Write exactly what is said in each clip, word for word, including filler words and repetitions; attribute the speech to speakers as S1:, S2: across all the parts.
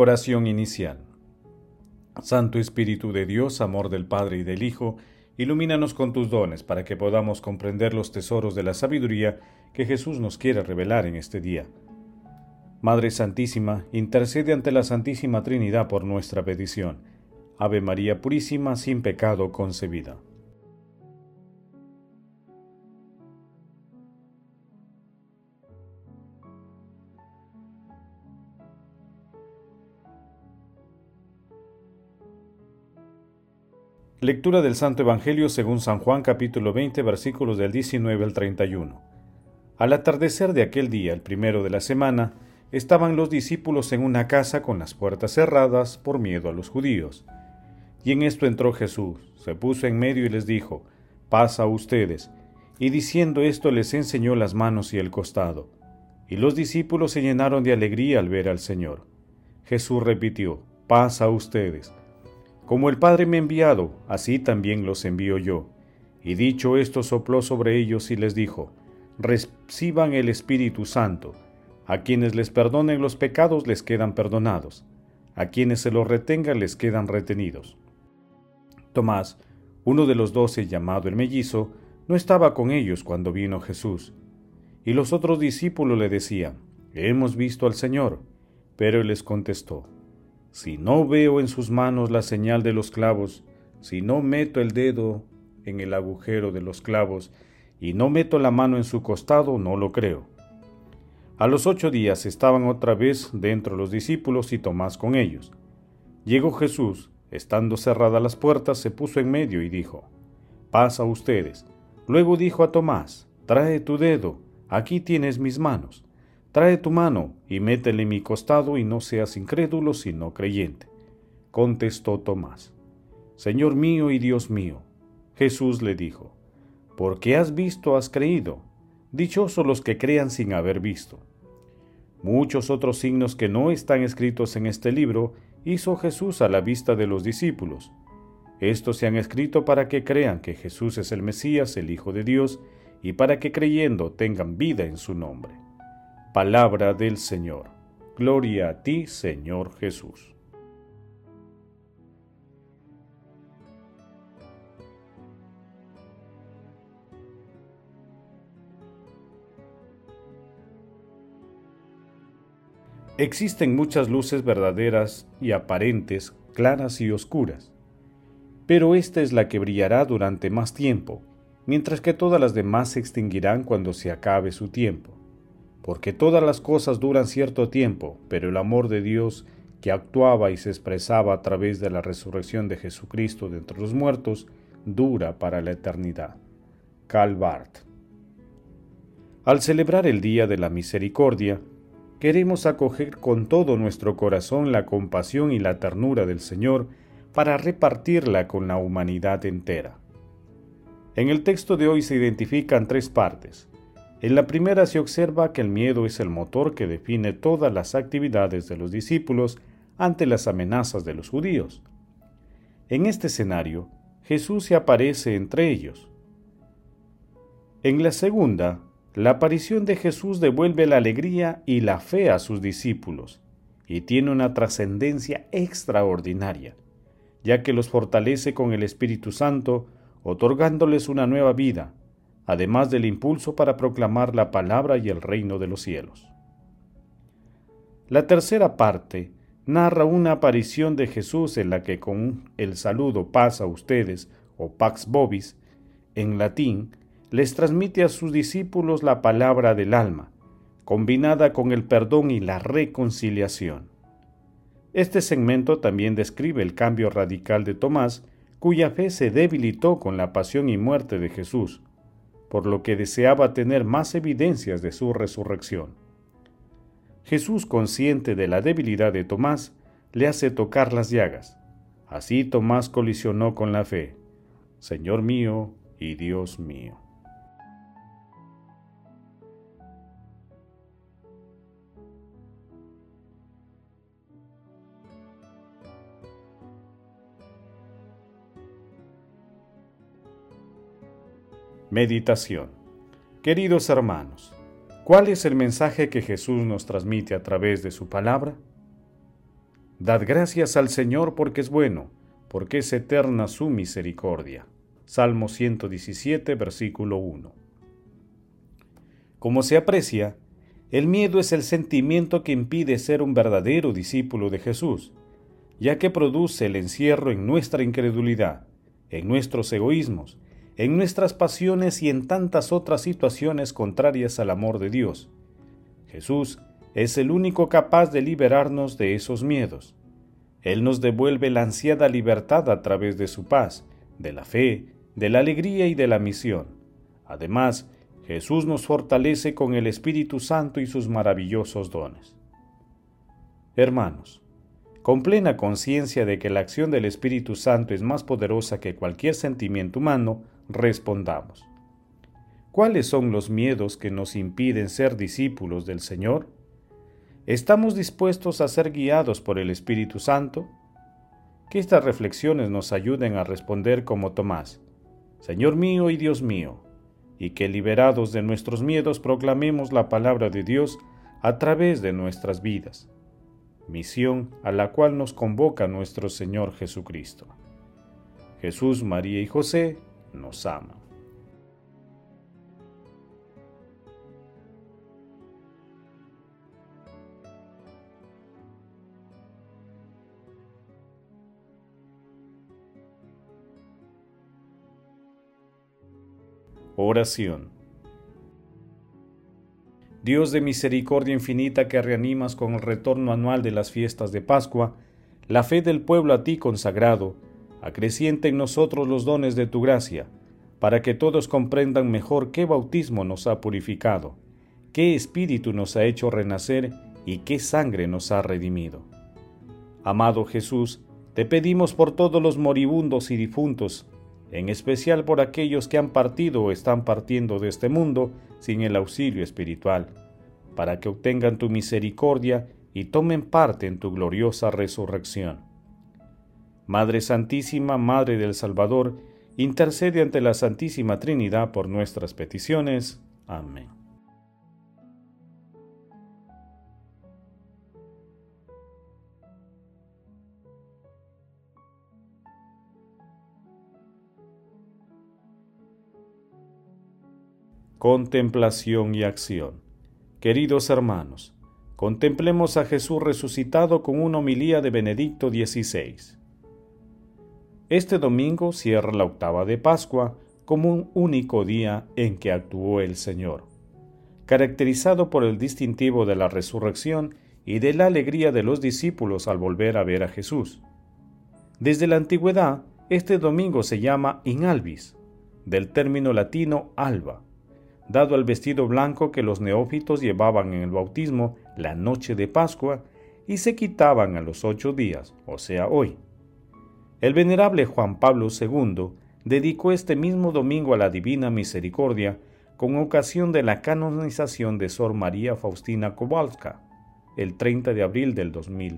S1: Oración inicial. Santo Espíritu de Dios, amor del Padre y del Hijo, ilumínanos con tus dones para que podamos comprender los tesoros de la sabiduría que Jesús nos quiere revelar en este día. Madre Santísima, intercede ante la Santísima Trinidad por nuestra petición. Ave María Purísima, sin pecado concebida. Lectura del Santo Evangelio según San Juan capítulo veinte versículos del diecinueve al treinta y uno. Al atardecer de aquel día, el primero de la semana, estaban los discípulos en una casa con las puertas cerradas por miedo a los judíos. Y en esto entró Jesús, se puso en medio y les dijo: «Paz a ustedes». Y diciendo esto les enseñó las manos y el costado. Y los discípulos se llenaron de alegría al ver al Señor. Jesús repitió: «Paz a ustedes. Como el Padre me ha enviado, así también los envío yo». Y dicho esto sopló sobre ellos y les dijo: «Reciban el Espíritu Santo. A quienes les perdonen los pecados les quedan perdonados. A quienes se los retengan les quedan retenidos». Tomás, uno de los doce, llamado el mellizo, no estaba con ellos cuando vino Jesús. Y los otros discípulos le decían: «Hemos visto al Señor». Pero él les contestó: «Si no veo en sus manos la señal de los clavos, si no meto el dedo en el agujero de los clavos, y no meto la mano en su costado, no lo creo». A los ocho días estaban otra vez dentro los discípulos y Tomás con ellos. Llegó Jesús, estando cerradas las puertas, se puso en medio y dijo: «Paz a ustedes». Luego dijo a Tomás: «Trae tu dedo, aquí tienes mis manos. Trae tu mano y métele en mi costado y no seas incrédulo sino creyente». Contestó Tomás: «Señor mío y Dios mío». Jesús le dijo: «Porque has visto has creído. Dichosos los que crean sin haber visto». Muchos otros signos que no están escritos en este libro hizo Jesús a la vista de los discípulos. Estos se han escrito para que crean que Jesús es el Mesías, el Hijo de Dios, y para que creyendo tengan vida en su nombre. Palabra del Señor. Gloria a ti, Señor Jesús. Existen muchas luces verdaderas y aparentes, claras y oscuras, pero esta es la que brillará durante más tiempo, mientras que todas las demás se extinguirán cuando se acabe su tiempo. Porque todas las cosas duran cierto tiempo, pero el amor de Dios, que actuaba y se expresaba a través de la resurrección de Jesucristo de entre los muertos, dura para la eternidad. Karl Barth. Al celebrar el Día de la Misericordia, queremos acoger con todo nuestro corazón la compasión y la ternura del Señor para repartirla con la humanidad entera. En el texto de hoy se identifican tres partes. En la primera se observa que el miedo es el motor que define todas las actividades de los discípulos ante las amenazas de los judíos. En este escenario, Jesús se aparece entre ellos. En la segunda, la aparición de Jesús devuelve la alegría y la fe a sus discípulos y tiene una trascendencia extraordinaria, ya que los fortalece con el Espíritu Santo, otorgándoles una nueva vida, además del impulso para proclamar la palabra y el reino de los cielos. La tercera parte narra una aparición de Jesús en la que con el saludo «Paz a ustedes» o «Pax Vobis» en latín, les transmite a sus discípulos la palabra del alma, combinada con el perdón y la reconciliación. Este segmento también describe el cambio radical de Tomás, cuya fe se debilitó con la pasión y muerte de Jesús, por lo que deseaba tener más evidencias de su resurrección. Jesús, consciente de la debilidad de Tomás, le hace tocar las llagas. Así Tomás colisionó con la fe. Señor mío y Dios mío. Meditación. Queridos hermanos, ¿cuál es el mensaje que Jesús nos transmite a través de su palabra? Dad gracias al Señor porque es bueno, porque es eterna su misericordia. Salmo ciento diecisiete, versículo uno. Como se aprecia, el miedo es el sentimiento que impide ser un verdadero discípulo de Jesús, ya que produce el encierro en nuestra incredulidad, en nuestros egoísmos, en nuestras pasiones y en tantas otras situaciones contrarias al amor de Dios. Jesús es el único capaz de liberarnos de esos miedos. Él nos devuelve la ansiada libertad a través de su paz, de la fe, de la alegría y de la misión. Además, Jesús nos fortalece con el Espíritu Santo y sus maravillosos dones. Hermanos, con plena conciencia de que la acción del Espíritu Santo es más poderosa que cualquier sentimiento humano, respondamos. ¿Cuáles son los miedos que nos impiden ser discípulos del Señor? ¿Estamos dispuestos a ser guiados por el Espíritu Santo? Que estas reflexiones nos ayuden a responder como Tomás, Señor mío y Dios mío, y que liberados de nuestros miedos proclamemos la palabra de Dios a través de nuestras vidas, misión a la cual nos convoca nuestro Señor Jesucristo. Jesús, María y José nos aman. Oración. Dios de misericordia infinita que reanimas con el retorno anual de las fiestas de Pascua, la fe del pueblo a ti consagrado, acrecienta en nosotros los dones de tu gracia, para que todos comprendan mejor qué bautismo nos ha purificado, qué espíritu nos ha hecho renacer y qué sangre nos ha redimido. Amado Jesús, te pedimos por todos los moribundos y difuntos, en especial por aquellos que han partido o están partiendo de este mundo sin el auxilio espiritual, para que obtengan tu misericordia y tomen parte en tu gloriosa resurrección. Madre Santísima, Madre del Salvador, intercede ante la Santísima Trinidad por nuestras peticiones. Amén. Contemplación y acción. Queridos hermanos, contemplemos a Jesús resucitado con una homilía de Benedicto dieciséis. Este domingo cierra la octava de Pascua como un único día en que actuó el Señor, caracterizado por el distintivo de la resurrección y de la alegría de los discípulos al volver a ver a Jesús. Desde la antigüedad, este domingo se llama in albis, del término latino alba, dado al vestido blanco que los neófitos llevaban en el bautismo la noche de Pascua y se quitaban a los ocho días, o sea, hoy. El venerable Juan Pablo segundo dedicó este mismo domingo a la Divina Misericordia con ocasión de la canonización de Sor María Faustina Kowalska, el treinta de abril del dos mil.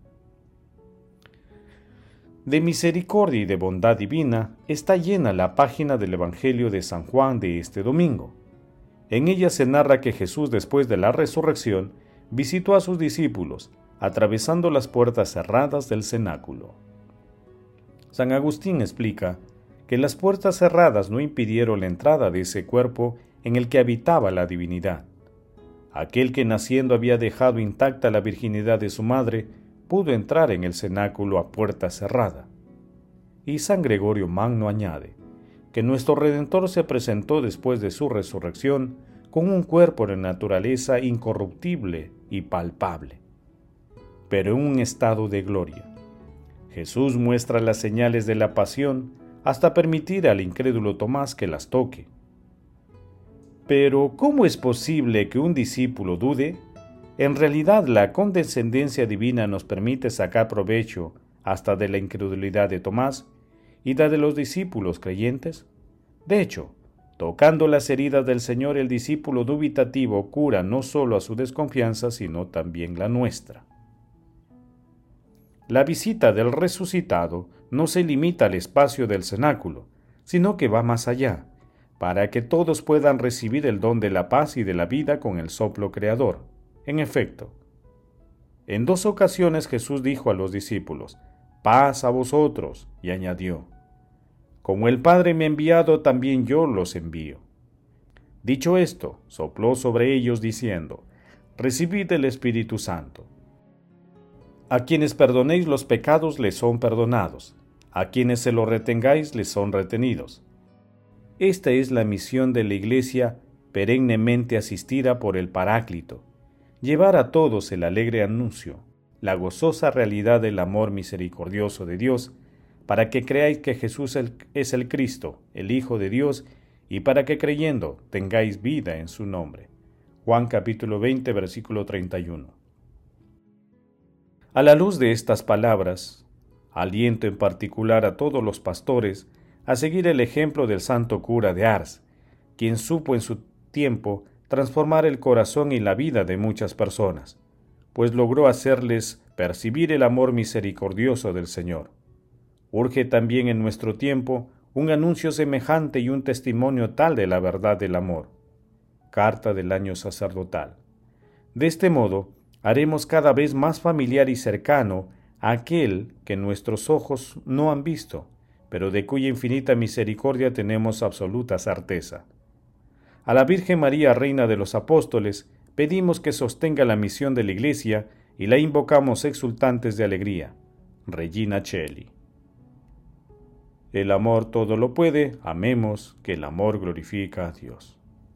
S1: De misericordia y de bondad divina está llena la página del Evangelio de San Juan de este domingo. En ella se narra que Jesús, después de la resurrección, visitó a sus discípulos, atravesando las puertas cerradas del cenáculo. San Agustín explica que las puertas cerradas no impidieron la entrada de ese cuerpo en el que habitaba la divinidad. Aquel que naciendo había dejado intacta la virginidad de su madre, pudo entrar en el cenáculo a puerta cerrada. Y San Gregorio Magno añade que nuestro Redentor se presentó después de su resurrección con un cuerpo de naturaleza incorruptible y palpable, pero en un estado de gloria. Jesús muestra las señales de la pasión hasta permitir al incrédulo Tomás que las toque. Pero, ¿cómo es posible que un discípulo dude? En realidad, la condescendencia divina nos permite sacar provecho hasta de la incredulidad de Tomás y la de los discípulos creyentes. De hecho, tocando las heridas del Señor, el discípulo dubitativo cura no solo a su desconfianza, sino también la nuestra. La visita del resucitado no se limita al espacio del cenáculo, sino que va más allá, para que todos puedan recibir el don de la paz y de la vida con el soplo creador. En efecto, En dos ocasiones Jesús dijo a los discípulos, «Paz a vosotros», y añadió, «Como el Padre me ha enviado, también yo los envío». Dicho esto, sopló sobre ellos diciendo, «Recibid el Espíritu Santo. A quienes perdonéis los pecados les son perdonados, a quienes se los retengáis les son retenidos». Esta es la misión de la Iglesia perennemente asistida por el Paráclito, llevar a todos el alegre anuncio, la gozosa realidad del amor misericordioso de Dios, para que creáis que Jesús es el Cristo, el Hijo de Dios, y para que creyendo tengáis vida en su nombre. Juan capítulo veinte, versículo treinta y uno. A la luz de estas palabras, aliento en particular a todos los pastores a seguir el ejemplo del santo cura de Ars, quien supo en su tiempo transformar el corazón y la vida de muchas personas, pues logró hacerles percibir el amor misericordioso del Señor. Urge también en nuestro tiempo un anuncio semejante y un testimonio tal de la verdad del amor. Carta del Año Sacerdotal. De este modo, haremos cada vez más familiar y cercano a aquel que nuestros ojos no han visto, pero de cuya infinita misericordia tenemos absoluta certeza. A la Virgen María, Reina de los Apóstoles, pedimos que sostenga la misión de la Iglesia y la invocamos exultantes de alegría. Regina Coeli. El amor todo lo puede, amemos, que el amor glorifica a Dios.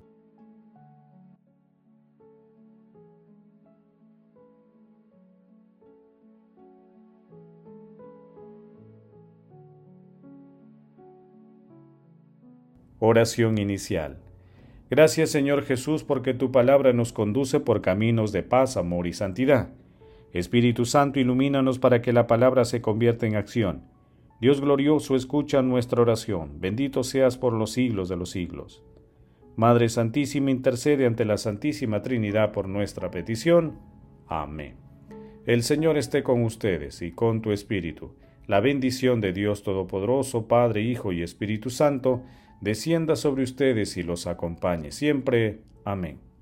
S1: Oración inicial. Gracias, Señor Jesús, porque tu palabra nos conduce por caminos de paz, amor y santidad. Espíritu Santo, ilumínanos para que la palabra se convierta en acción. Dios glorioso, escucha nuestra oración. Bendito seas por los siglos de los siglos. Madre Santísima, intercede ante la Santísima Trinidad por nuestra petición. Amén. El Señor esté con ustedes y con tu espíritu. La bendición de Dios Todopoderoso, Padre, Hijo y Espíritu Santo, descienda sobre ustedes y los acompañe siempre. Amén.